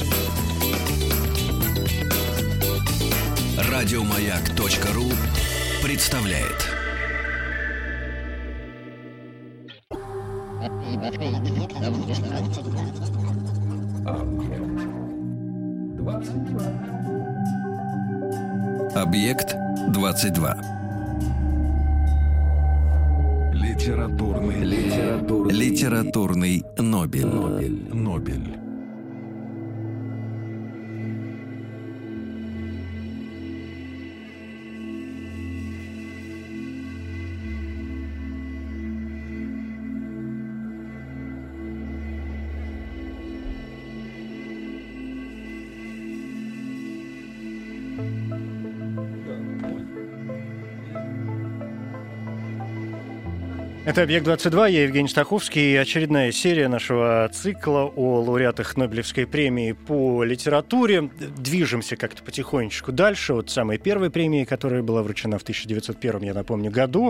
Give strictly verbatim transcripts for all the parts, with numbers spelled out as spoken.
Радиомаяк.ру представляет. Объект двадцать два. Литературный, литературный, литературный Нобель. Нобель. Нобель. Это «Объект двадцать два», я Евгений Стаховский, и очередная серия нашего цикла о лауреатах Нобелевской премии по литературе. Движемся как-то потихонечку дальше от самой первой премии, которая была вручена в тысяча девятьсот первом, я напомню, году.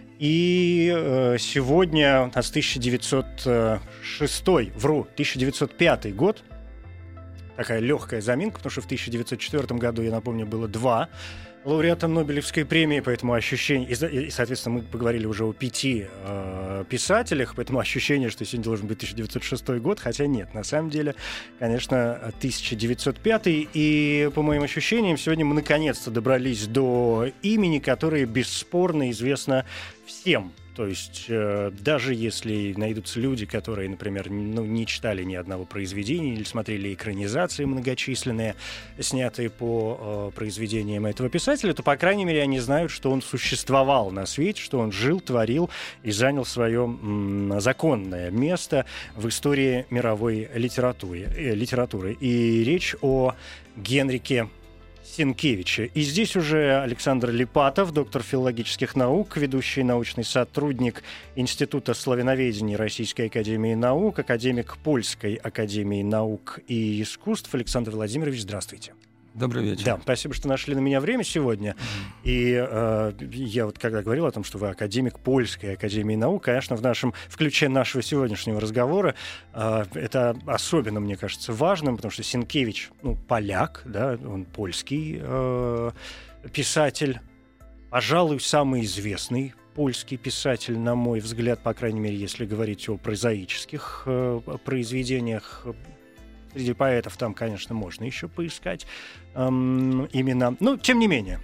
И э, сегодня у нас тысяча девятьсот шестой, вру, тысяча девятьсот пятый год. Такая легкая заминка, потому что в тысяча девятьсот четвёртом году, я напомню, было два лауреата Нобелевской премии, поэтому ощущение... И, соответственно, мы поговорили уже о пяти э, писателях, поэтому ощущение, что сегодня должен быть тысяча девятьсот шестой год, хотя нет, на самом деле, конечно, тысяча девятьсот пятый, и, по моим ощущениям, сегодня мы наконец-то добрались до имени, которое бесспорно известно всем. То есть э, даже если найдутся люди, которые, например, ну, не читали ни одного произведения или смотрели экранизации многочисленные, снятые по э, произведениям этого писателя, то, по крайней мере, они знают, что он существовал на свете, что он жил, творил и занял свое м, законное место в истории мировой литературы. Э, литературы. И речь о Генрике Сенкевиче. И здесь уже Александр Липатов, доктор филологических наук, ведущий научный сотрудник Института славяноведения Российской академии наук, академик Польской академии наук и искусств. Александр Владимирович, здравствуйте. Добрый вечер. Да, спасибо, что нашли на меня время сегодня. Mm-hmm. И э, я вот когда говорил о том, что вы академик Польской академии наук, конечно, в нашем, в ключе нашего сегодняшнего разговора э, это особенно, мне кажется, важным, потому что Сенкевич, ну, поляк, да, он польский э, писатель, пожалуй, самый известный польский писатель, на мой взгляд, по крайней мере, если говорить о прозаических э, произведениях. Среди поэтов там, конечно, можно еще поискать эм, имена. Но, тем не менее,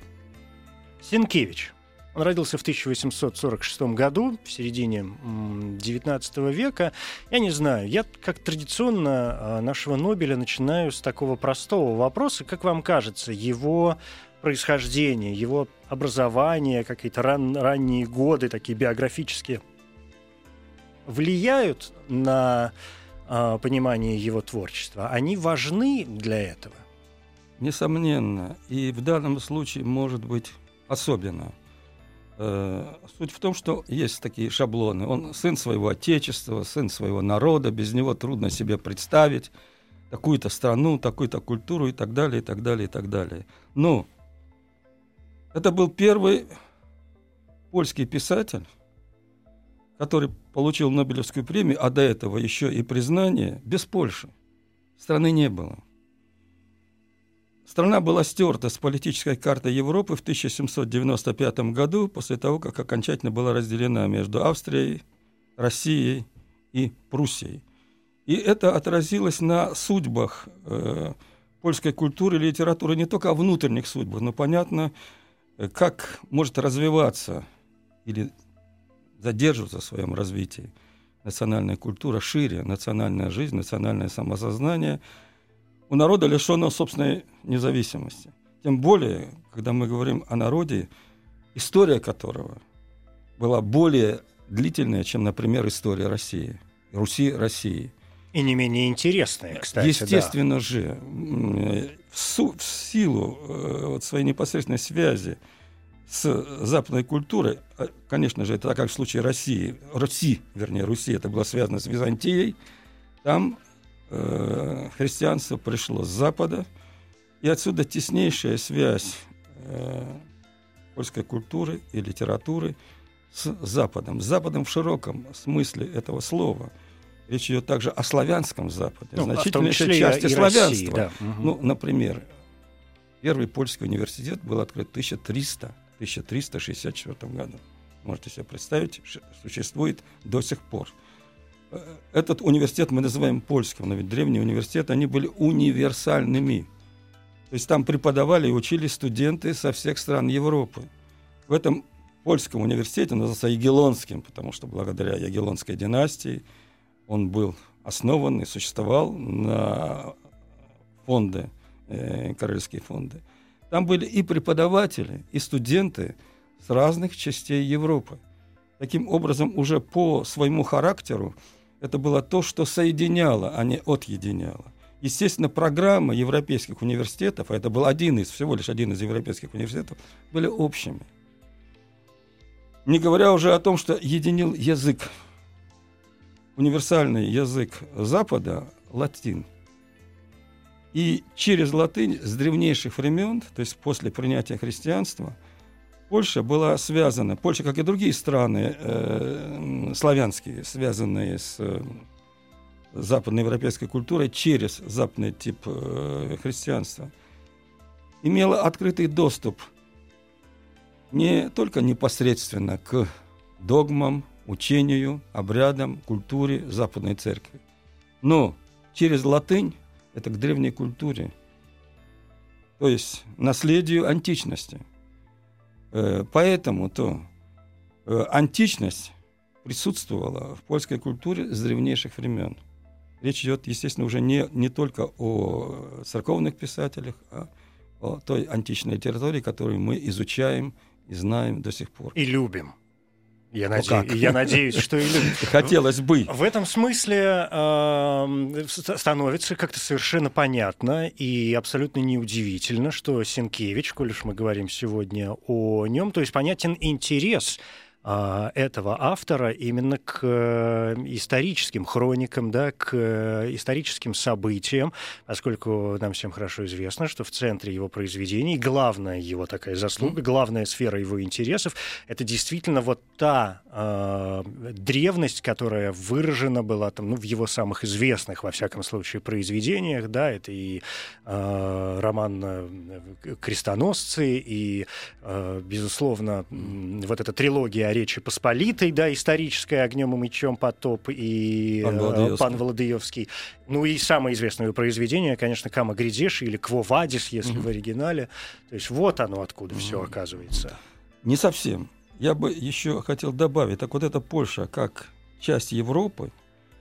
Сенкевич. Он родился в тысяча восемьсот сорок шестом году, в середине м, девятнадцатого века. Я не знаю, я, как традиционно, э, нашего Нобеля начинаю с такого простого вопроса. Как вам кажется, его происхождение, его образование, какие-то ран, ранние годы, такие биографические, влияют на понимание его творчества, они важны для этого? Несомненно. И в данном случае, может быть, особенно. Суть в том, что есть такие шаблоны. Он сын своего отечества, сын своего народа, без него трудно себе представить такую-то страну, такую-то культуру и так далее, и так далее, и так далее. Но это был первый польский писатель, который получил Нобелевскую премию, а до этого еще и признание, без Польши. Страны не было. Страна была стерта с политической карты Европы в тысяча семьсот девяносто пятом году, после того, как окончательно была разделена между Австрией, Россией и Пруссией. И это отразилось на судьбах э, польской культуры и литературы, не только о внутренних судьбах, но понятно, как может развиваться или задерживаться в своем развитии национальная культура шире, национальная жизнь, национальное самосознание у народа, лишенного собственной независимости. Тем более, когда мы говорим о народе, история которого была более длительная, чем, например, история России, Руси, России. И не менее интересная, кстати. Естественно да. же, в, су- в силу э, вот своей непосредственной связи с западной культурой, конечно же, это так как в случае России, Руси, вернее, Руси, это было связано с Византией, там э, христианство пришло с Запада, и отсюда теснейшая связь э, польской культуры и литературы с Западом. С Западом в широком смысле этого слова. Речь идет также о славянском Западе. Ну, значительной части славянства. Да. Угу. Ну, например, первый польский университет был открыт в тысяча триста шестьдесят четвёртом году. Можете себе представить, существует до сих пор. Этот университет мы называем польским, но ведь древние университеты, они были универсальными. То есть там преподавали и учились студенты со всех стран Европы. В этом польском университете, он назывался Ягеллонским, потому что благодаря Ягеллонской династии он был основан и существовал на фонды, э, королевские фонды. Там были и преподаватели, и студенты с разных частей Европы. Таким образом, уже по своему характеру это было то, что соединяло, а не отъединяло. Естественно, программы европейских университетов, а это был один из, всего лишь один из европейских университетов, были общими. Не говоря уже о том, что единил язык. Универсальный язык Запада — латин. И через латынь с древнейших времен, то есть после принятия христианства, Польша была связана, Польша, как и другие страны э, славянские, связанные с э, западноевропейской культурой через западный тип э, христианства, имела открытый доступ не только непосредственно к догмам, учению, обрядам, культуре Западной Церкви, но через латынь это к древней культуре, то есть наследию античности. Поэтому-то античность присутствовала в польской культуре с древнейших времен. Речь идет, естественно, уже не, не только о церковных писателях, а о той античной территории, которую мы изучаем и знаем до сих пор. И любим. Я, наде... Я надеюсь, что и любим. Хотелось бы. В этом смысле э, становится как-то совершенно понятно и абсолютно неудивительно, что Сенкевич, коль уж мы говорим сегодня о нем, то есть понятен интерес э, этого автора именно к э, историческим хроникам, да, к э, историческим событиям, поскольку нам всем хорошо известно, что в центре его произведений главная его такая заслуга, главная сфера его интересов — это действительно вот та э, древность, которая выражена была там, ну, в его самых известных, во всяком случае, произведениях, да, это и э, роман «Крестоносцы», и, э, безусловно, вот эта трилогия о Речи Посполитой, да, историческая «Огнем и мечом потоп», и Пан э, Володыевский. Пан Володыевский. Ну и самое известное его произведение, конечно, «Кама Гридеши» или «Кво Вадис», если mm-hmm. в оригинале. То есть вот оно откуда mm-hmm. все оказывается. Не совсем. Я бы еще хотел добавить, так вот эта Польша, как часть Европы,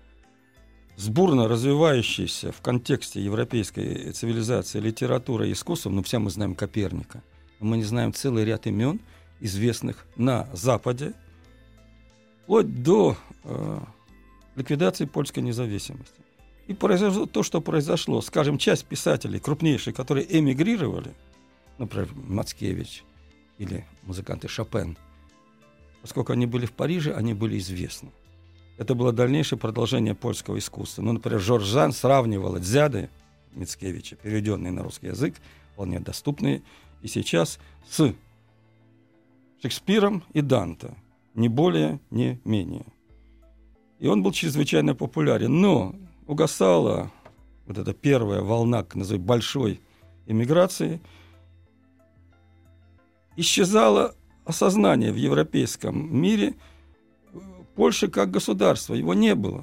с бурно развивающейся в контексте европейской цивилизации литературой и искусством, ну, все мы знаем Коперника, но мы не знаем целый ряд имен, известных на Западе, вплоть до э, ликвидации польской независимости. И произошло то, что произошло. Скажем, часть писателей, крупнейших, которые эмигрировали, например, Мацкевич или музыканты Шопен, поскольку они были в Париже, они были известны. Это было дальнейшее продолжение польского искусства. Ну, например, Жорж Жан сравнивал «Дзяды» Мицкевича, переведенные на русский язык, вполне доступные, и сейчас с Шекспиром и Данте, не более, не менее. И он был чрезвычайно популярен. Но угасала вот эта первая волна, так называемой, большой эмиграции, исчезало осознание в европейском мире Польши как государства. Его не было.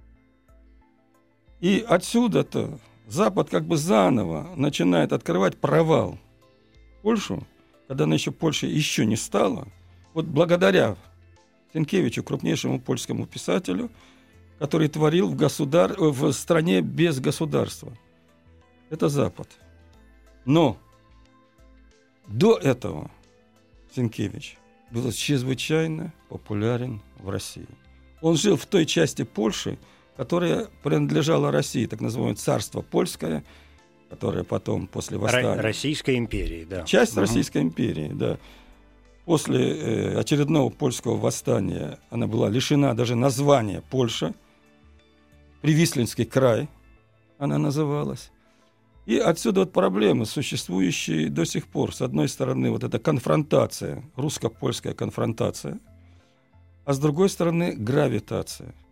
И отсюда-то Запад как бы заново начинает открывать провал Польшу, когда она еще Польшей еще не стала. Вот благодаря Сенкевичу, крупнейшему польскому писателю, который творил в, государ... в стране без государства. Это Запад. Но до этого Сенкевич был чрезвычайно популярен в России. Он жил в той части Польши, которая принадлежала России, так называемое царство польское, которое потом после восстания... Российской империи, да. Часть угу. Российской империи, да. После э, очередного польского восстания она была лишена даже названия Польша. Привислинский край она называлась. И отсюда вот проблемы, существующие до сих пор. С одной стороны, вот эта конфронтация, русско-польская конфронтация, а с другой стороны, гравитация.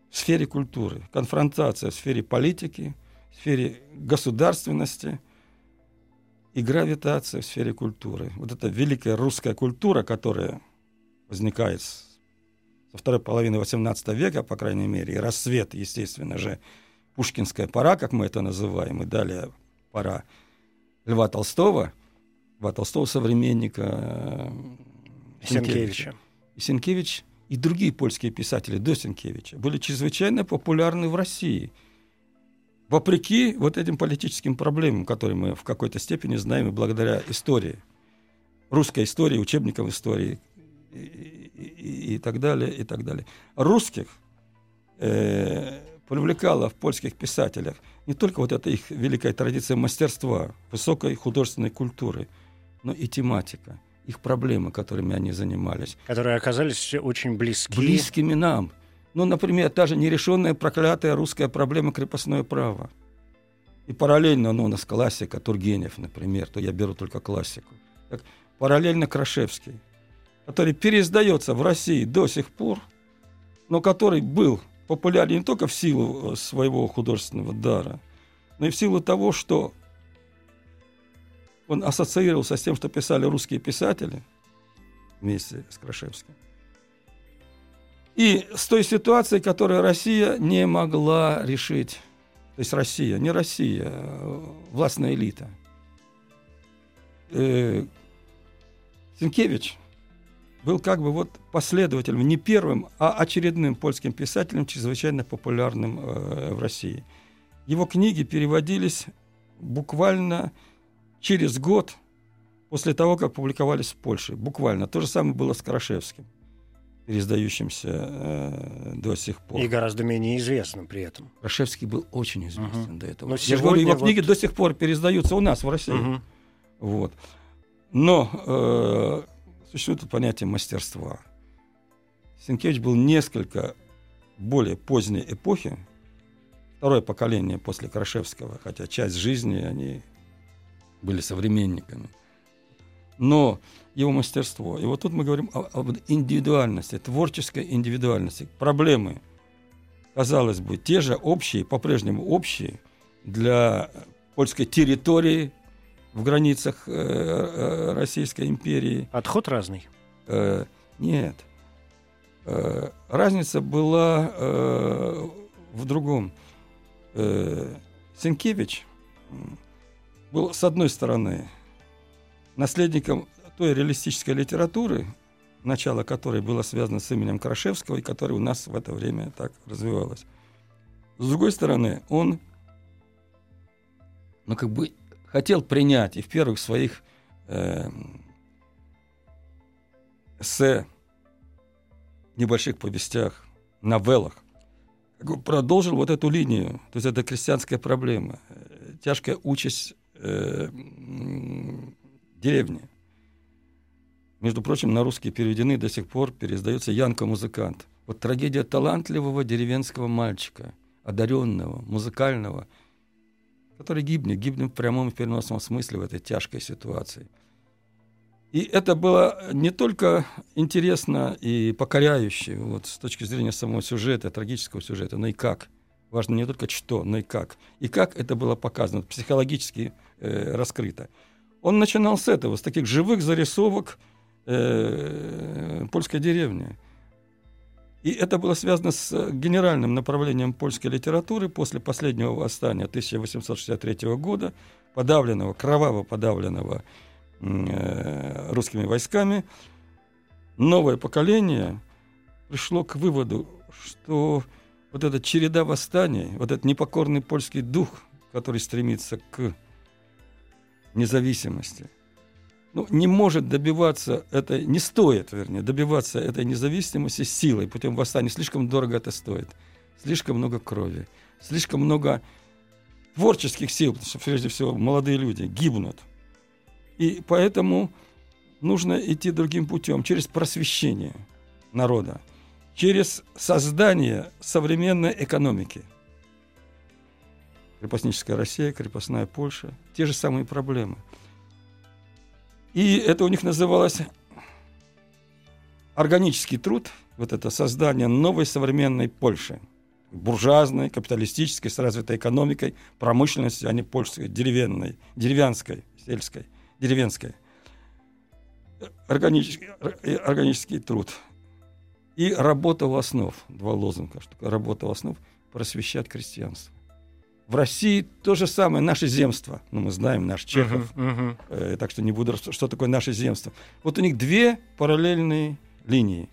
в сфере культуры, конфронтация в сфере политики, в сфере государственности и гравитация в сфере культуры. Вот эта великая русская культура, которая возникает со второй половины восемнадцатого века, по крайней мере, и расцвет, естественно же, пушкинская пора, как мы это называем, и далее пора Льва Толстого, Льва Толстого современника Сенкевича. И Сенкевич и другие польские писатели до Сенкевича были чрезвычайно популярны в России, вопреки вот этим политическим проблемам, которые мы в какой-то степени знаем и благодаря истории, русской истории, учебникам истории и, и, и так далее, и так далее. Русских э, привлекала в польских писателях не только вот эта их великая традиция мастерства, высокой художественной культуры, но и тематика, их проблемы, которыми они занимались. Которые оказались очень близки. Близкими нам. Ну, например, та же нерешенная проклятая русская проблема крепостное право. И параллельно, ну, у нас классика, Тургенев, например, то я беру только классику. Так, параллельно Крашевский, который переиздается в России до сих пор, но который был популярен не только в силу своего художественного дара, но и в силу того, что он ассоциировался с тем, что писали русские писатели вместе с Крашевским. И с той ситуацией, которую Россия не могла решить. То есть Россия, не Россия, а властная элита. Э, Сенкевич был как бы вот последователем, не первым, а очередным польским писателем, чрезвычайно популярным э, в России. Его книги переводились буквально через год после того, как публиковались в Польше. Буквально. То же самое было с Крашевским, переиздающимся э, до сих пор. И гораздо менее известным при этом. Крашевский был очень известен uh-huh. до этого. Но Я же говорю, его вот... книги до сих пор переиздаются у нас, в России. Uh-huh. Вот. Но э, существует понятие мастерства. Сенкевич был несколько более поздней эпохи, второе поколение после Крашевского, хотя часть жизни они были современниками. Но его мастерство. И вот тут мы говорим об, об индивидуальности, творческой индивидуальности. Проблемы, казалось бы, те же общие, по-прежнему общие для польской территории в границах э, э, Российской империи. Подход разный? Э, нет. Э, разница была э, в другом. Э, Сенкевич был, с одной стороны, наследником той реалистической литературы, начало которой было связано с именем Крашевского, и которая у нас в это время так развивалась. С другой стороны, он ну, как бы хотел принять и в первых своих э, эссе, небольших повестях, новеллах, как бы продолжил вот эту линию, то есть это крестьянская проблема, тяжкая участь э, деревни. Между прочим, на русский переведены, до сих пор переиздается «Янко-музыкант». Вот трагедия талантливого деревенского мальчика, одаренного, музыкального, который гибнет, гибнет в прямом и переносном смысле в этой тяжкой ситуации. И это было не только интересно и покоряюще вот, с точки зрения самого сюжета, трагического сюжета, но и как. Важно не только что, но и как. И как это было показано, психологически э, раскрыто. Он начинал с этого, с таких живых зарисовок э, польской деревни. И это было связано с генеральным направлением польской литературы после последнего восстания тысяча восемьсот шестьдесят третьего года, подавленного, кроваво подавленного э, русскими войсками. Новое поколение пришло к выводу, что вот эта череда восстаний, вот этот непокорный польский дух, который стремится к независимости, ну, не может добиваться этой, не стоит, вернее, добиваться этой независимости силой путем восстания. Слишком дорого это стоит. Слишком много крови. Слишком много творческих сил, потому что, прежде всего, молодые люди гибнут. И поэтому нужно идти другим путем, через просвещение народа, через создание современной экономики. Крепостническая Россия, крепостная Польша, те же самые проблемы. И это у них называлось органический труд, вот это создание новой современной Польши. буржуазной, капиталистической, с развитой экономикой, промышленностью, а не польской, деревянной, деревянской, сельской, деревенской. Органический, органический труд. И работа у основ. Два лозунга. Что такое работа у основ? Просвещать крестьянство. В России то же самое, наше земство. Ну, мы знаем, наш Чехов. Uh-huh, uh-huh. Э, так что не буду, что такое наше земство. Вот у них две параллельные линии.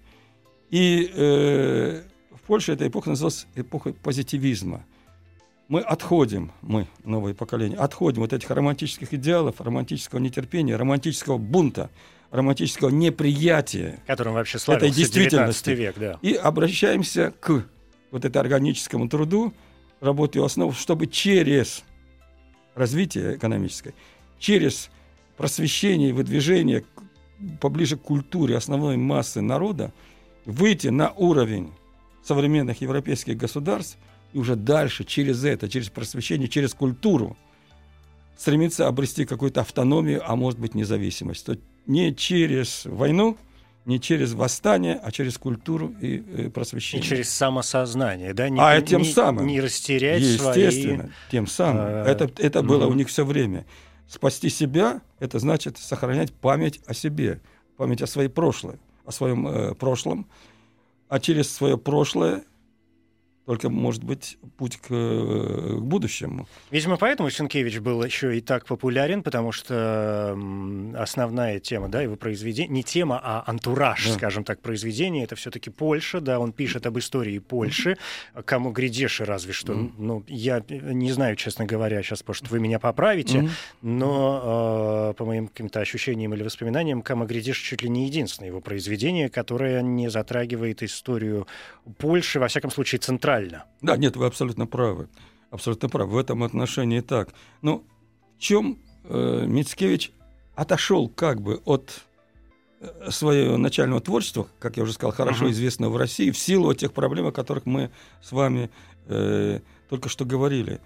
И э, в Польше эта эпоха называлась эпохой позитивизма. Мы отходим, мы, новое поколение, отходим от этих романтических идеалов, романтического нетерпения, романтического бунта, романтического неприятия которым вообще этой действительности. век, да. И обращаемся к вот этому органическому труду, работе у основ, чтобы через развитие экономическое, через просвещение и выдвижение поближе к культуре основной массы народа выйти на уровень современных европейских государств и уже дальше через это, через просвещение, через культуру стремиться обрести какую-то автономию, а может быть независимость. То не через войну, не через восстание, а через культуру и, и просвещение. И через самосознание, да? Не, а не, тем самым, не растерять естественно, свои... тем самым. А, это это угу. было у них все время. Спасти себя — это значит сохранять память о себе, память о своей прошлой, о своем э, прошлом, а через свое прошлое только, может быть, путь к, к будущему. Видимо, поэтому Сенкевич был еще и так популярен, потому что основная тема, да, его произведения, не тема, а антураж, да. скажем так, произведения, это все-таки Польша, да, он пишет об истории Польши, кому грядеши разве что. Mm. Ну, я не знаю, честно говоря, сейчас, может, вы меня поправите, mm. но э, по моим каким-то ощущениям или воспоминаниям, кому грядеши чуть ли не единственное его произведение, которое не затрагивает историю Польши, во всяком случае, центральной. Да, нет, вы абсолютно правы. Абсолютно правы. В этом отношении так. Но в чем э, Мицкевич отошел как бы от э, своего начального творчества, как я уже сказал, хорошо uh-huh. известного в России, в силу тех проблем, о которых мы с вами э, только что говорили.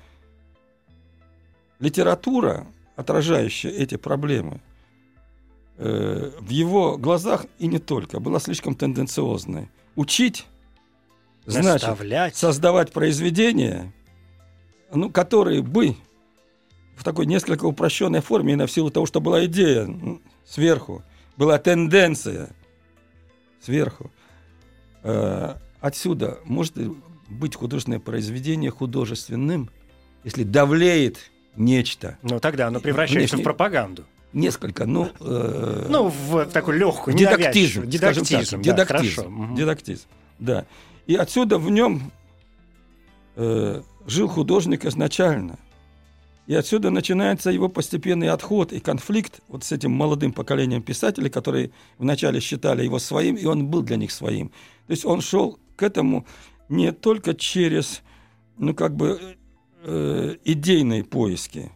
Литература, отражающая эти проблемы, э, в его глазах и не только, была слишком тенденциозной. Учить значит создавать произведения, ну, которые бы в такой несколько упрощенной форме, именно в силу того, что была идея сверху, была тенденция сверху. Э, отсюда может быть художественное произведение художественным, если давлеет нечто. Ну, тогда оно превращается внешне... в пропаганду. Несколько, ну... Э, ну, в, в такую легкую, дидактизм, дидактизм, так, да, дидактизм, дидактизм, да. И отсюда в нем э, жил художник изначально. И отсюда начинается его постепенный отход и конфликт вот с этим молодым поколением писателей, которые вначале считали его своим, и он был для них своим. То есть он шел к этому не только через, ну, как бы, э, идейные поиски.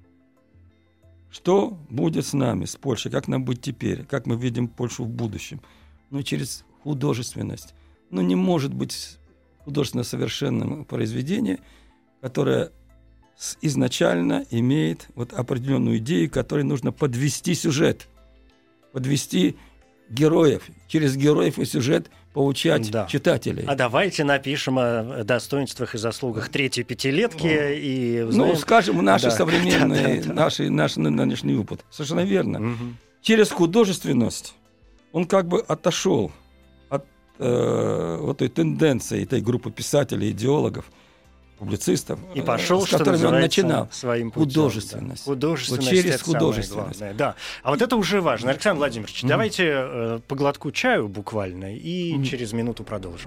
Что будет с нами, с Польшей, как нам быть теперь, как мы видим Польшу в будущем, но через художественность. Но не может быть художественно совершенным произведение, которое изначально имеет вот определенную идею, которой нужно подвести сюжет, подвести героев, через героев и сюжет поучать да. читателей. А давайте напишем о достоинствах и заслугах третьей пятилетки. Ну, и узнаем... ну скажем, наши да. современные, да, да, да. Наши, наш нынешний опыт. Совершенно верно. Угу. Через художественность он как бы отошел от э, вот той тенденции этой группы писателей, идеологов, публицистов, и пошел, с которыми он начинал. Своим путем, художественность. Да. Художественность. Вот через художественность. Да. А вот это уже важно. Александр Владимирович, mm-hmm. давайте э, по глотку чаю буквально и mm-hmm. через минуту продолжим.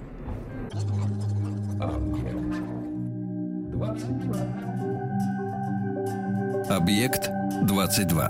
Объект двадцать два.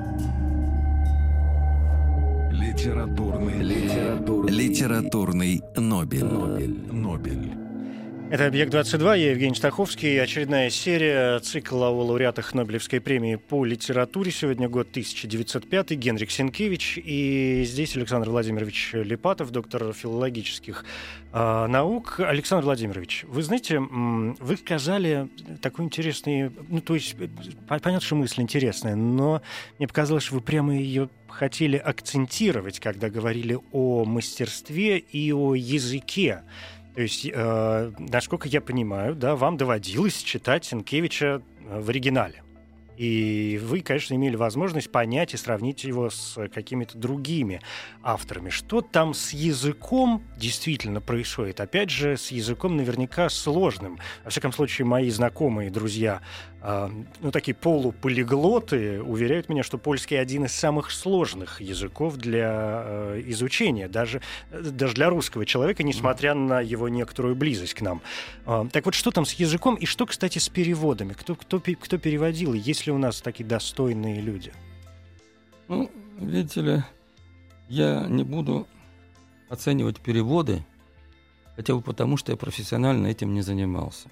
Литературный, литературный, литературный Нобель. Нобель. Нобель. Это «Объект-двадцать два», я Евгений Стаховский. Очередная серия цикла о лауреатах Нобелевской премии по литературе. Сегодня год тысяча девятьсот пятый, Генрих Сенкевич. И здесь Александр Владимирович Липатов, доктор филологических э, наук. Александр Владимирович, вы знаете, вы сказали такой интересный... Ну, то есть, понятно, что мысль интересная, но мне показалось, что вы прямо ее хотели акцентировать, когда говорили о мастерстве и о языке То есть, э, насколько я понимаю, да, вам доводилось читать Сенкевича в оригинале. И вы, конечно, имели возможность понять и сравнить его с какими-то другими авторами. Что там с языком действительно происходит? Опять же, с языком наверняка сложным. Во всяком случае, мои знакомые, друзья, э, ну, такие полуполиглоты, уверяют меня, что польский один из самых сложных языков для э, изучения, даже, даже для русского человека, несмотря на его некоторую близость к нам. Э, так вот, что там с языком и что, кстати, с переводами? Кто, кто, кто переводил? Есть ли у нас такие достойные люди? Ну, видите ли, я не буду оценивать переводы, хотя бы потому, что я профессионально этим не занимался.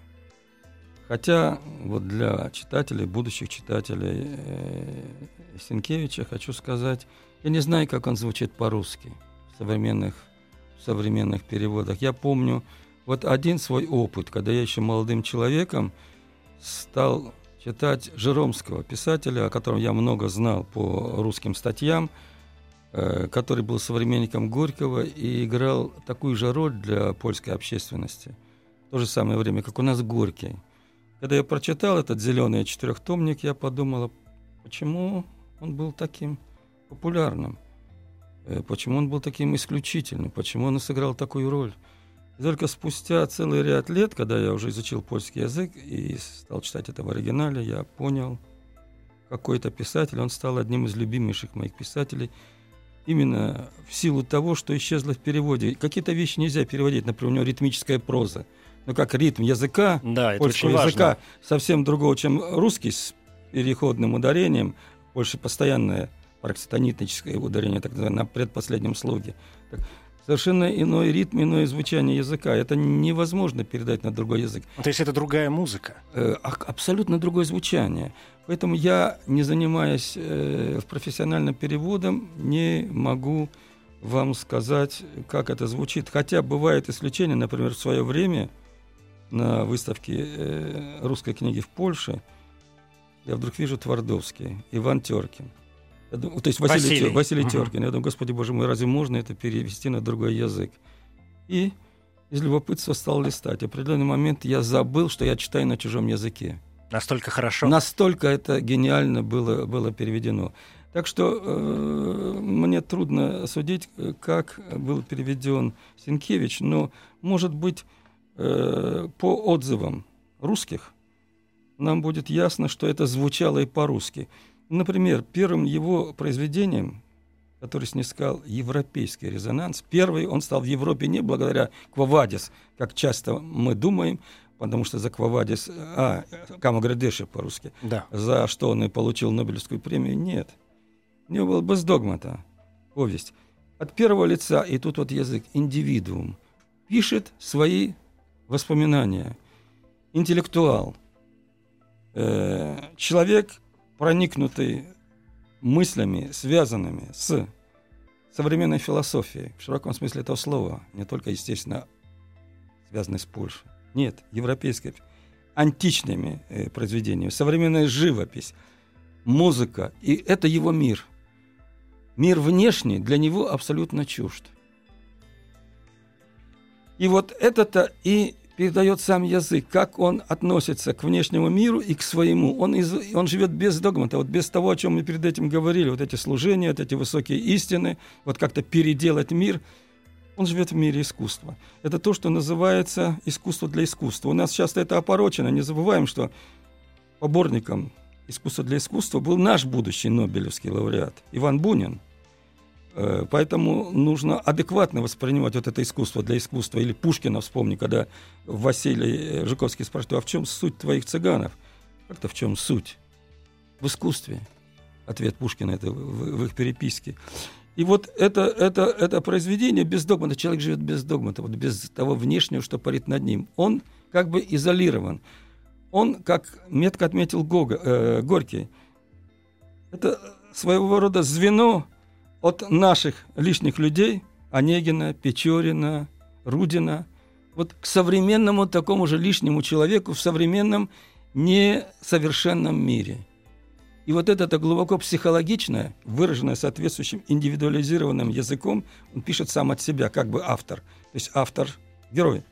Хотя вот для читателей, будущих читателей э, Сенкевича хочу сказать, я не знаю, как он звучит по-русски в современных, в современных переводах. Я помню вот один свой опыт, когда я еще молодым человеком стал читать Жеромского, писателя, о котором я много знал по русским статьям, э, который был современником Горького и играл такую же роль для польской общественности в то же самое время, как у нас Горький. Когда я прочитал этот зеленый четырехтомник, я подумал, почему он был таким популярным, э, почему он был таким исключительным, почему он сыграл такую роль. И только спустя целый ряд лет, когда я уже изучил польский язык и стал читать это в оригинале, я понял, какой-то писатель, он стал одним из любимейших моих писателей, именно в силу того, что исчезло в переводе. Какие-то вещи нельзя переводить, например, у него ритмическая проза. Но как ритм языка, да, польского языка, совсем другого, чем русский, с переходным ударением, больше постоянное паракситонитническое ударение, так называемое, на предпоследнем слоге. Так, совершенно иной ритм, иное звучание языка. Это невозможно передать на другой язык. То есть это другая музыка? Э, абсолютно другое звучание. Поэтому я, не занимаясь э, профессиональным переводом, не могу вам сказать, как это звучит. Хотя бывают исключения. Например, в свое время на выставке э, русской книги в Польше я вдруг вижу Твардовский, Иван Теркин. Я думаю, то есть Василий, Василий, Тер, Василий угу. Теркин. Я думаю, Господи Боже мой, разве можно это перевести на другой язык? И из любопытства стал листать. В определенный момент я забыл, что я читаю на чужом языке. Настолько хорошо? Настолько это гениально было, было переведено. Так что э, мне трудно судить, как был переведен Сенкевич, но, может быть, э, по отзывам русских нам будет ясно, что это звучало и по-русски. Например, первым его произведением, который снискал европейский резонанс, первый он стал в Европе не благодаря Кво Вадис, как часто мы думаем, потому что за Кво Вадис, а, Камаградеши по-русски, да. за что он и получил Нобелевскую премию, нет. У него был «Без догмата» повесть. От первого лица, и тут вот язык, индивидуум, пишет свои воспоминания. Интеллектуал. Э, человек, проникнутый мыслями, связанными с современной философией, в широком смысле этого слова, не только, естественно, связанной с Польшей. Нет, европейской, античными э, произведениями, современная живопись, музыка, и это его мир. Мир внешний для него абсолютно чужд. И вот это-то и передает сам язык, как он относится к внешнему миру и к своему. Он, из, он живет без догмата, вот без того, о чем мы перед этим говорили, вот эти служения, вот эти высокие истины, вот как-то переделать мир. Он живет в мире искусства. Это то, что называется искусство для искусства. У нас часто это опорочено. Не забываем, что поборником искусства для искусства был наш будущий Нобелевский лауреат Иван Бунин. Поэтому нужно адекватно воспринимать вот это искусство для искусства. Или Пушкина вспомни, когда Василий Жуковский спрашивает: а в чем суть твоих цыганов? Как-то в чем суть? В искусстве. Ответ Пушкина это в, в их переписке. И вот это, это, это произведение без догмата. Человек живет без догмата, вот без того внешнего, что парит над ним. Он как бы изолирован. Он, как метко отметил Гога, э, Горький, это своего рода звено от наших лишних людей, Онегина, Печорина, Рудина, вот к современному такому же лишнему человеку в современном несовершенном мире. И вот это глубоко психологичное, выраженное соответствующим индивидуализированным языком, он пишет сам от себя, как бы автор. То есть автор, герой.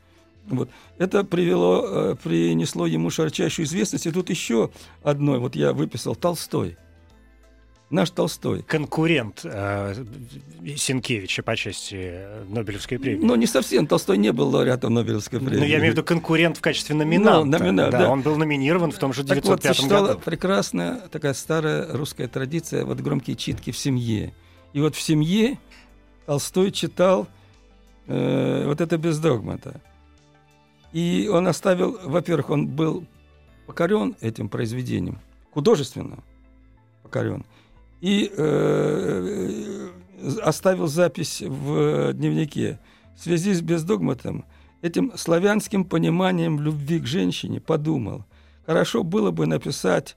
Вот. Это привело, принесло ему широчайшую известность. И тут еще одно, вот я выписал, Толстой. Наш Толстой. Конкурент э, Сенкевича по части Нобелевской премии. Ну, не совсем. Толстой не был лауреатом Нобелевской премии. Но я имею в виду конкурент в качестве номинанта. Ну, номинант, да, да. Он был номинирован в том же девятьсот пятом так вот, существовала году. прекрасная такая старая русская традиция, вот громкие читки в семье. И вот в семье Толстой читал э, вот это «Без догмата». И он оставил, во-первых, он был покорен этим произведением, художественно покорен, и э, оставил запись в дневнике. В связи с «Без догматом», этим славянским пониманием любви к женщине, подумал, хорошо было бы написать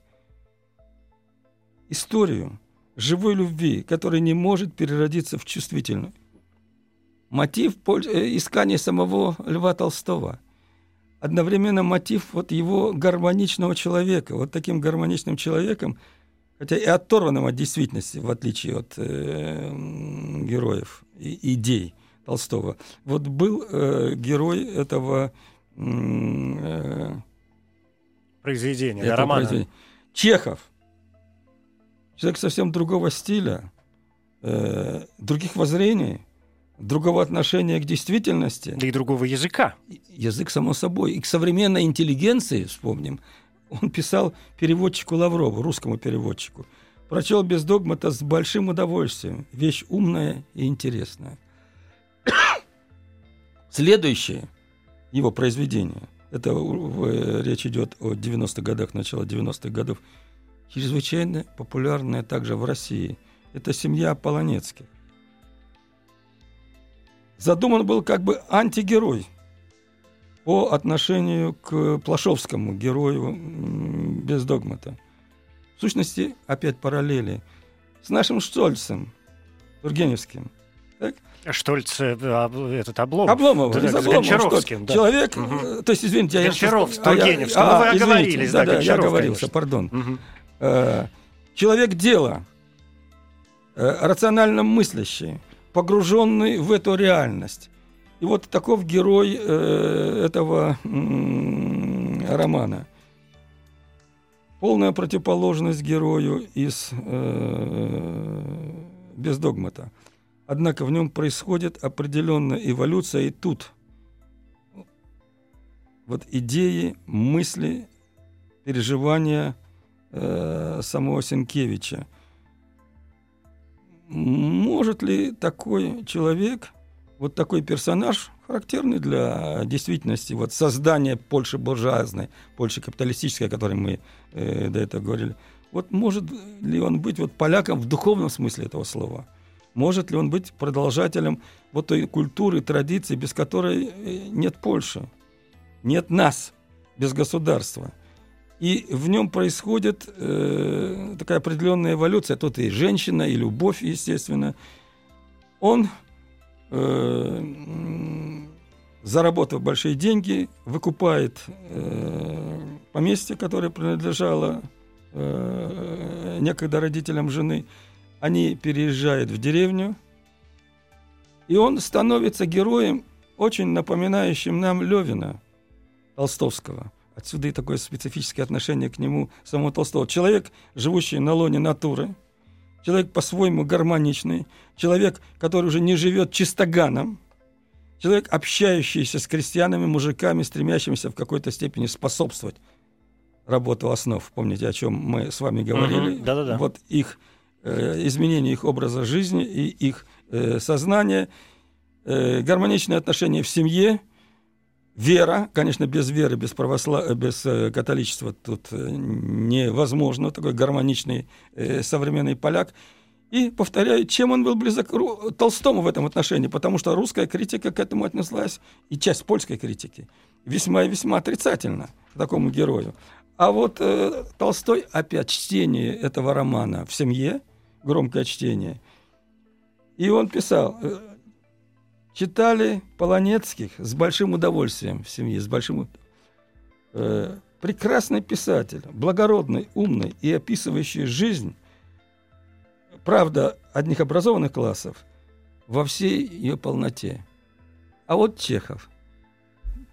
историю живой любви, которая не может переродиться в чувствительную. Мотив искания самого Льва Толстого. Одновременно мотив вот его гармоничного человека. Вот таким гармоничным человеком, хотя и оторванным от действительности, в отличие от э, героев и идей Толстого. Вот был э, герой этого э, произведения, этого да, романа. произведения. Чехов. Человек совсем другого стиля, э, других воззрений, другого отношения к действительности. Да и другого языка. Язык, само собой. И к современной интеллигенции, вспомним, он писал переводчику Лаврову, русскому переводчику. Прочел «Без догмата» с большим удовольствием. Вещь умная и интересная. Следующее его произведение, это речь идет о девяностых годах, начало девяностых годов, чрезвычайно популярная также в России. Это «Семья Полонецких». Задуман был как бы антигерой по отношению к Плашовскому герою «Без догмата». В сущности, опять параллели с нашим Штольцем, Тургеневским. Так? Штольц, этот Обломов. Обломов, да, из да, Обломова, Гончаровским, да. Человек, угу. то есть, извините, я... Гончаров с а, Тургеневским. а, Ну, вы извините, оговорились, да, да, Гончаров, я оговорился, конечно. пардон. Угу. Э, человек дела, э, рационально мыслящий, погруженный в эту реальность. И вот таков герой э, этого м- романа. Полная противоположность герою из э, «Без догмата». Однако в нем происходит определенная эволюция, и тут вот идеи, мысли, переживания э, самого Сенкевича. Может ли такой человек, вот такой персонаж, характерный для действительности, вот создания Польши буржуазной, Польши капиталистической, о которой мы э, до этого говорили, вот может ли он быть вот поляком в духовном смысле этого слова? Может ли он быть продолжателем вот той культуры, традиции, без которой нет Польши, нет нас, без государства? И в нем происходит э, такая определенная эволюция. Тут и женщина, и любовь, естественно. Он, э, заработав большие деньги, выкупает э, поместье, которое принадлежало э, некогда родителям жены. Они переезжают в деревню, и он становится героем, очень напоминающим нам Левина, Толстовского. Отсюда и такое специфическое отношение к нему самого Толстого. Человек, живущий на лоне натуры, человек по-своему гармоничный, человек, который уже не живет чистоганом, человек, общающийся с крестьянами, мужиками, стремящимися в какой-то степени способствовать работе основ. Помните, о чем мы с вами говорили? Угу. Да-да-да. Вот их изменение их образа жизни и их э, сознания, э, гармоничные отношения в семье, вера, конечно, без веры, без православия, без э, католичества тут э, невозможно, такой гармоничный э, современный поляк. И, повторяю, чем он был близок к Толстому в этом отношении, потому что русская критика к этому отнеслась, и часть польской критики, весьма и весьма отрицательно к такому герою. А вот э, Толстой, опять, чтение этого романа в семье, громкое чтение. И он писал, читали Полонецких с большим удовольствием в семье, с большим... Э, прекрасный писатель, благородный, умный и описывающий жизнь, правда, одних образованных классов, во всей ее полноте. А вот Чехов,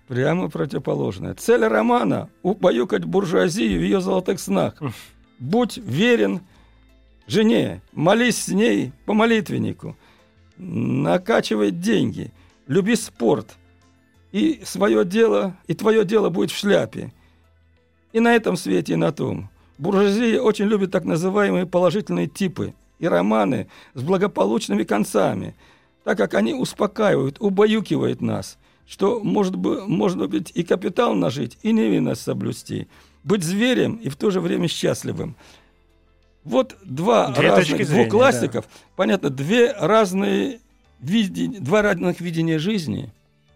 Прямо противоположное. Цель романа — убаюкать буржуазию в ее золотых снах. Будь верен жене, молись с ней по молитвеннику, накачивай деньги, люби спорт, и свое дело, и твое дело будет в шляпе. И на этом свете, и на том. Буржуазия очень любит так называемые положительные типы и романы с благополучными концами, так как они успокаивают, убаюкивают нас, что может быть, можно быть и капитал нажить, и невинность соблюсти, быть зверем и в то же время счастливым. Вот два Две разных, зрения, двух классиков, да. Понятно, две разные видения, два разных видения жизни,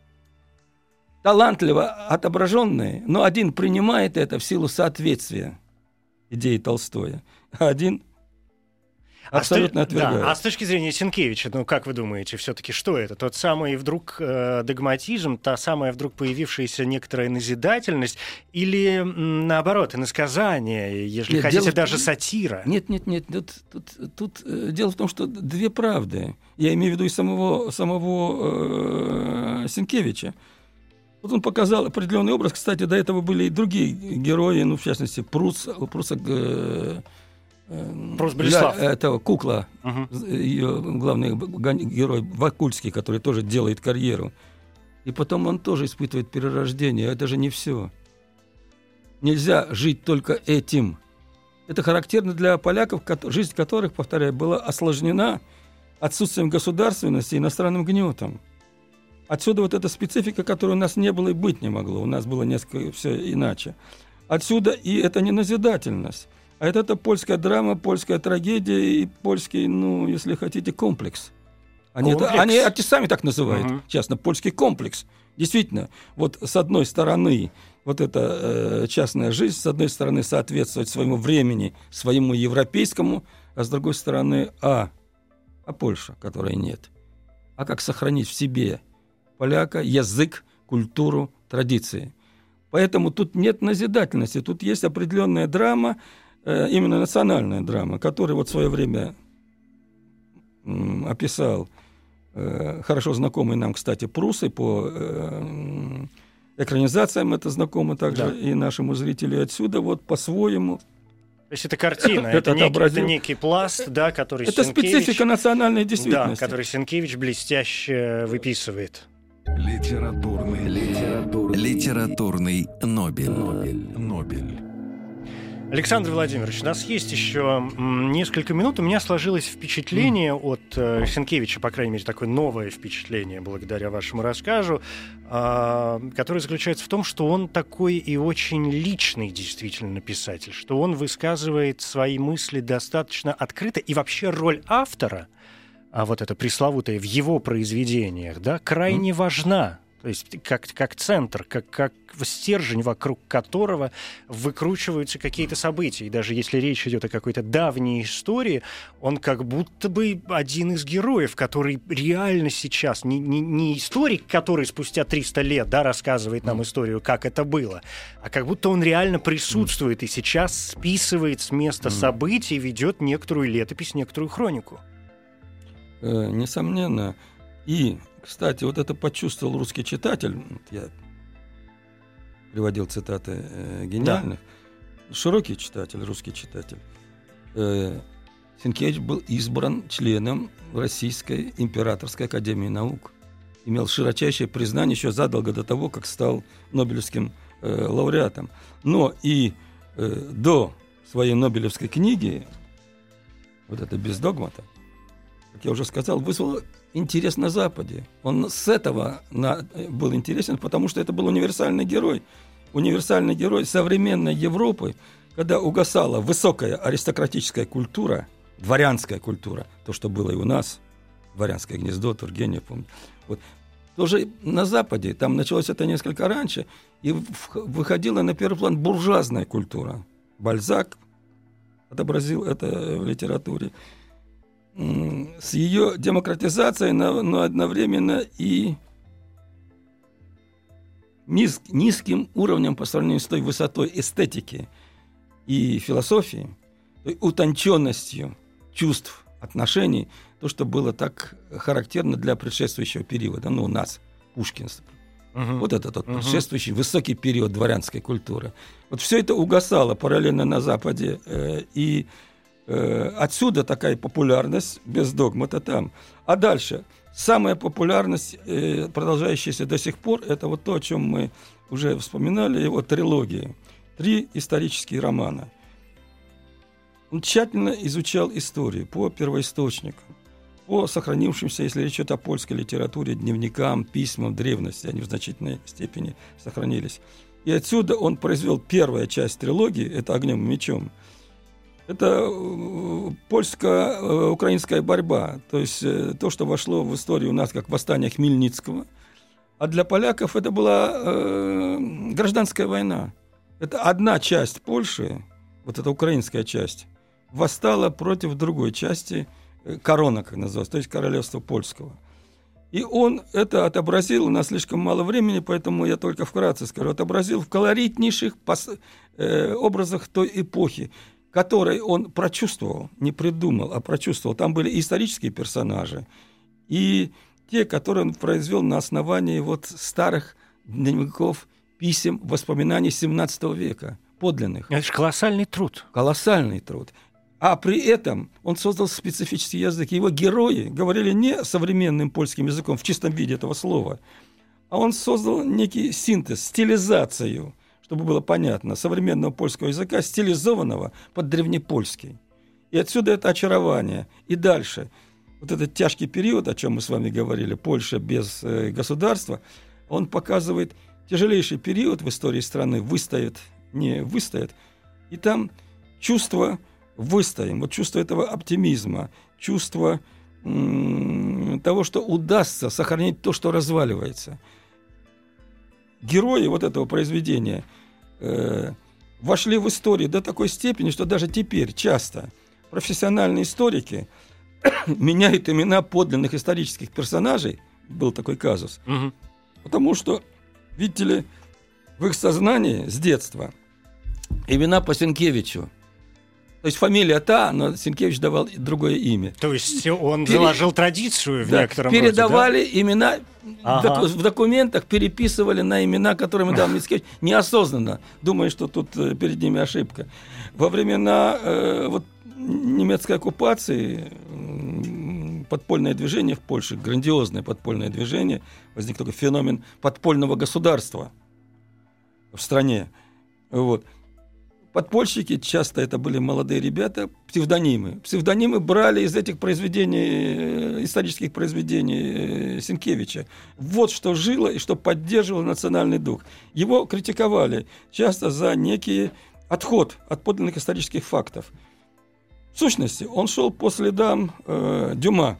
талантливо отображенные, но один принимает это в силу соответствия идеи Толстого, а один абсолютно а отвергает. Да, а с точки зрения Сенкевича, ну как вы думаете, все-таки что это? Тот самый вдруг э, догматизм, та самая вдруг появившаяся некоторая назидательность или м, наоборот, иносказание, если Нет, хотите, дело... даже сатира? Нет, нет, нет, тут, тут, тут э, дело в том, что две правды. Я имею в виду и самого, самого э, Сенкевича. Вот он показал определенный образ. Кстати, до этого были и другие герои, ну, в частности, Прус, Пруса, э, э, Прус Болеслав. Ля, этого кукла, Угу. ее главный герой Вакульский, который тоже делает карьеру. И потом он тоже испытывает перерождение. Это же не все. Нельзя жить только этим. Это характерно для поляков, жизнь которых, повторяю, была осложнена отсутствием государственности и иностранным гнетом. Отсюда вот эта специфика, которой у нас не было и быть не могло. У нас было несколько все иначе. Отсюда и эта неназидательность. А это, это польская драма, польская трагедия и польский, ну, если хотите, комплекс. Они, комплекс. Это, они это сами так называют, Угу. честно, польский комплекс. Действительно, вот с одной стороны вот эта э, частная жизнь, с одной стороны соответствовать своему времени, своему европейскому, а с другой стороны, а, а Польша, которой нет. А как сохранить в себе поляка, язык, культуру, традиции. Поэтому тут нет назидательности, тут есть определенная драма, э, именно национальная драма, которую вот в свое время м, описал э, хорошо знакомый нам, кстати, Прус, и по э, экранизациям это знакомо также, да, и нашему зрителю отсюда, вот по-своему. То есть это картина, это, это, некий, это некий пласт, да, который это Сенкевич... специфика национальной действительности. Да, который Сенкевич блестяще выписывает. Литературный, литературный, литературный Нобель. Нобель. Нобель. Александр Владимирович, у нас есть еще несколько минут. У меня сложилось впечатление mm. от э, Сенкевича, по крайней мере, такое новое впечатление, благодаря вашему рассказу, э, которое заключается в том, что он такой и очень личный действительно писатель, что он высказывает свои мысли достаточно открыто, и вообще роль автора, а вот это пресловутое в его произведениях, да, крайне mm. важна. То есть как, как центр, как, как стержень, вокруг которого выкручиваются какие-то события. И даже если речь идет о какой-то давней истории, он как будто бы один из героев, который реально сейчас, не, не, не историк, который спустя триста лет, да, рассказывает нам историю, как это было, а как будто он реально присутствует и сейчас списывает с места событий, ведет некоторую летопись, некоторую хронику. Э, несомненно. И, кстати, вот это почувствовал русский читатель. Я приводил цитаты э, гениальных. Да. Широкий читатель, русский читатель. Э, Сенкевич был избран членом Российской императорской академии наук. Имел широчайшее признание еще задолго до того, как стал Нобелевским э, лауреатом. Но и э, до своей Нобелевской книги, вот это «Без догмата», как я уже сказал, вызвал интерес на Западе. Он с этого на, был интересен, потому что это был универсальный герой. Универсальный герой современной Европы, когда угасала высокая аристократическая культура, дворянская культура, то, что было и у нас, дворянское гнездо, Тургенев, помню. Вот. Тоже на Западе, там началось это несколько раньше, и выходила на первый план буржуазная культура. Бальзак отобразил это в литературе. С ее демократизацией, но одновременно и низ, низким уровнем по сравнению с той высотой эстетики и философии, той утонченностью чувств, отношений, то, что было так характерно для предшествующего периода. Ну, у нас, Пушкин, Угу. Вот этот вот предшествующий высокий период дворянской культуры. Вот все это угасало параллельно на Западе, э, и э, отсюда такая популярность, без догм, это там. А дальше, самая популярность, э, продолжающаяся до сих пор, это вот то, о чем мы уже вспоминали, его трилогии. Три исторические романа. Он тщательно изучал историю по первоисточникам, по сохранившимся, если речь идет о польской литературе, дневникам, письмам древности, они в значительной степени сохранились. И отсюда он произвел первая часть трилогии, это «Огнем и мечом». Это польско-украинская борьба, то есть то, что вошло в историю у нас как восстание Хмельницкого. А для поляков это была э, гражданская война. Это одна часть Польши, вот эта украинская часть, восстала против другой части, корона, как называется, то есть королевства польского. И он это отобразил, у нас слишком мало времени, поэтому я только вкратце скажу, отобразил в колоритнейших пос- э, образах той эпохи, который он прочувствовал, не придумал, а прочувствовал. Там были и исторические персонажи, и те, которые он произвел на основании вот старых дневников, писем, воспоминаний семнадцатого века, подлинных. Это же колоссальный труд. Колоссальный труд. А при этом он создал специфический язык. Его герои говорили не современным польским языком в чистом виде этого слова, а он создал некий синтез, стилизацию, чтобы было понятно, современного польского языка, стилизованного под древнепольский. И отсюда это очарование. И дальше. Вот этот тяжкий период, о чем мы с вами говорили, Польша без э, государства, он показывает тяжелейший период в истории страны, выстоит, не выстоит. И там чувство выстоим, вот чувство этого оптимизма, чувство м- того, что удастся сохранить то, что разваливается. Герои вот этого произведения э, вошли в историю до такой степени, что даже теперь часто профессиональные историки меняют имена подлинных исторических персонажей, был такой казус, угу. потому что, видите ли, в их сознании с детства имена по Сенкевичу. То есть фамилия та, но Сенкевич давал другое имя. То есть он Пере... заложил традицию в да, некотором передавали роде, да? имена, ага. в документах переписывали на имена, которыми дал Мицкевич, неосознанно, думая, что тут перед ними ошибка. Во времена э, вот, немецкой оккупации подпольное движение в Польше, грандиозное подпольное движение, возник такой феномен подпольного государства в стране. Вот. Подпольщики, часто это были молодые ребята, псевдонимы. Псевдонимы брали из этих произведений, исторических произведений Сенкевича. Вот что жило и что поддерживало национальный дух. Его критиковали часто за некий отход от подлинных исторических фактов. В сущности, он шел по следам э, Дюма.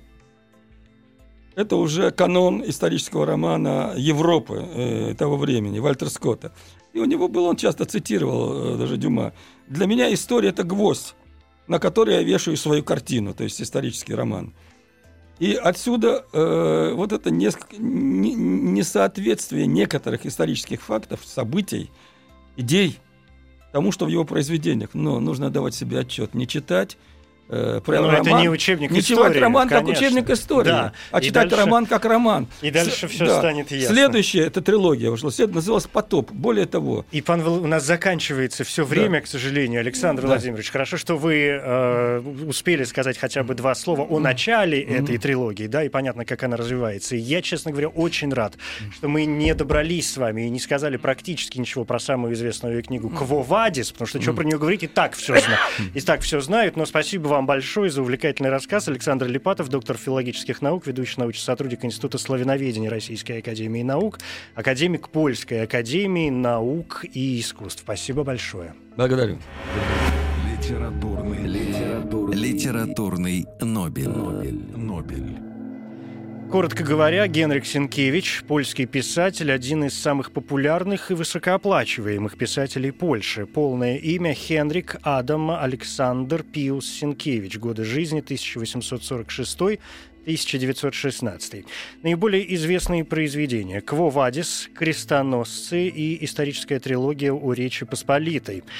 Это уже канон исторического романа Европы э, того времени, Вальтер Скотта. И у него был, он часто цитировал э, даже Дюма. Для меня история – это гвоздь, на который я вешаю свою картину, то есть исторический роман. И отсюда э, вот это несколько, не, несоответствие некоторых исторических фактов, событий, идей тому, что в его произведениях. Но нужно давать себе отчет, не читать э, про Но роман, это не учебник не истории. читать роман конечно. как учебник истории, да. а и читать дальше, роман как роман. И дальше С, все да. станет ясно. Следующая, это трилогия вышла, следующая называлась «Потоп». Более того... И, пан Вл... у нас заканчивается все время, да. к сожалению. Александр да. Владимирович, хорошо, что вы э, успели сказать хотя бы два слова о начале mm-hmm. этой трилогии, да, и понятно, как она развивается. И я, честно говоря, очень рад, что мы не добрались с вами и не сказали практически ничего про самую известную книгу «Кво Вадис», потому что mm-hmm. что про нее говорить, и так все знают. И так все знают. Но спасибо вам большое за увлекательный рассказ. Александр Липатов, доктор филологических наук, ведущий научный сотрудник Института славяноведения Российской академии наук, академик Польской академии наук и искусств. Спасибо большое. Благодарю. Литературный, литературный, литературный Нобель. Нобель. Нобель. Коротко говоря, Генрик Сенкевич, польский писатель, один из самых популярных и высокооплачиваемых писателей Польши. Полное имя — Хенрик Адам Александр Пиус Сенкевич. Годы жизни тысяча восемьсот сорок шестой — тысяча девятьсот шестнадцатый. Наиболее известные произведения: «Кво Вадис», «Крестоносцы» и историческая трилогия о Речи Посполитой.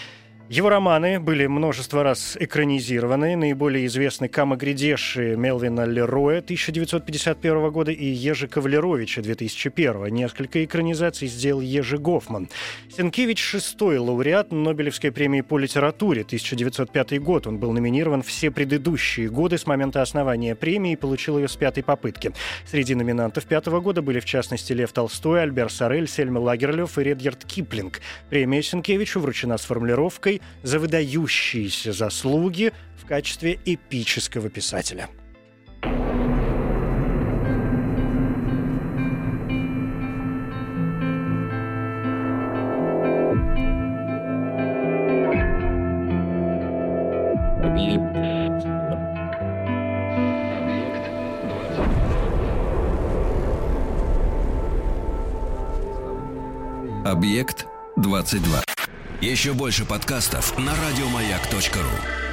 Его романы были множество раз экранизированы. Наиболее известны «Камагридеши» Мелвина Лероя тысяча девятьсот пятьдесят первого года и «Ежи Кавлеровича» две тысячи первого. Несколько экранизаций сделал Ежи Гофман. Сенкевич – шестой лауреат Нобелевской премии по литературе, тысяча девятьсот пятый год. Он был номинирован все предыдущие годы с момента основания премии и получил ее с пятой попытки. Среди номинантов пятого года были, в частности, Лев Толстой, Альбер Сорель, Сельма Лагерлёф и Редьярд Киплинг. Премия Сенкевичу вручена с формулировкой «за выдающиеся заслуги в качестве эпического писателя». Объект двадцать два. Еще больше подкастов на радиомаяк точка ру.